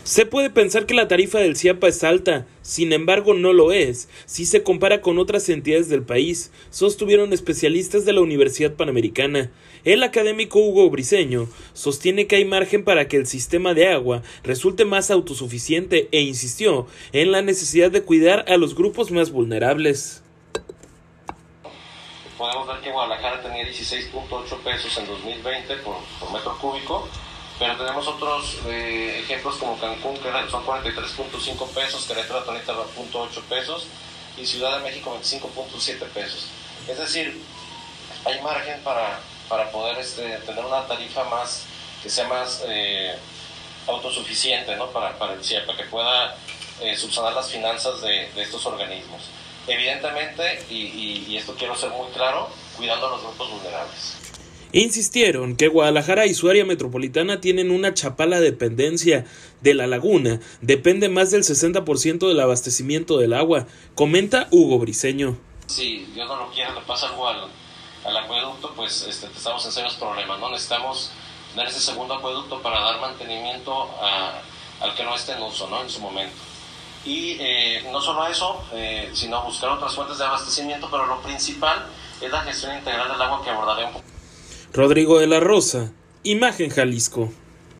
Se puede pensar que la tarifa del CIAPA es alta, sin embargo no lo es, si se compara con otras entidades del país, sostuvieron especialistas de la Universidad Panamericana. El académico Hugo Briceño sostiene que hay margen para que el sistema de agua resulte más autosuficiente e insistió en la necesidad de cuidar a los grupos más vulnerables. Podemos ver que Guadalajara tenía 16.8 pesos en 2020 por metro cúbico, pero tenemos otros ejemplos como Cancún, que son 43.5 pesos, Querétaro 30.8 pesos y Ciudad de México 25.7 pesos. Es decir, hay margen para poder tener una tarifa más que sea más autosuficiente, ¿no? para el CIEPA, que pueda subsanar las finanzas de estos organismos. Evidentemente, y esto quiero ser muy claro, cuidando a los grupos vulnerables. Insistieron que Guadalajara y su área metropolitana tienen una chapala dependencia de la laguna, depende más del 60% del abastecimiento del agua, comenta Hugo Briceño. Si Dios no lo quiera, le pasa algo al acueducto, pues estamos en serios problemas, ¿no? Necesitamos tener ese segundo acueducto para dar mantenimiento al que no esté en uso, ¿no? En su momento. Y no solo eso, sino buscar otras fuentes de abastecimiento, pero lo principal es la gestión integral del agua que abordaré un poco. Rodrigo de la Rosa, Imagen Jalisco.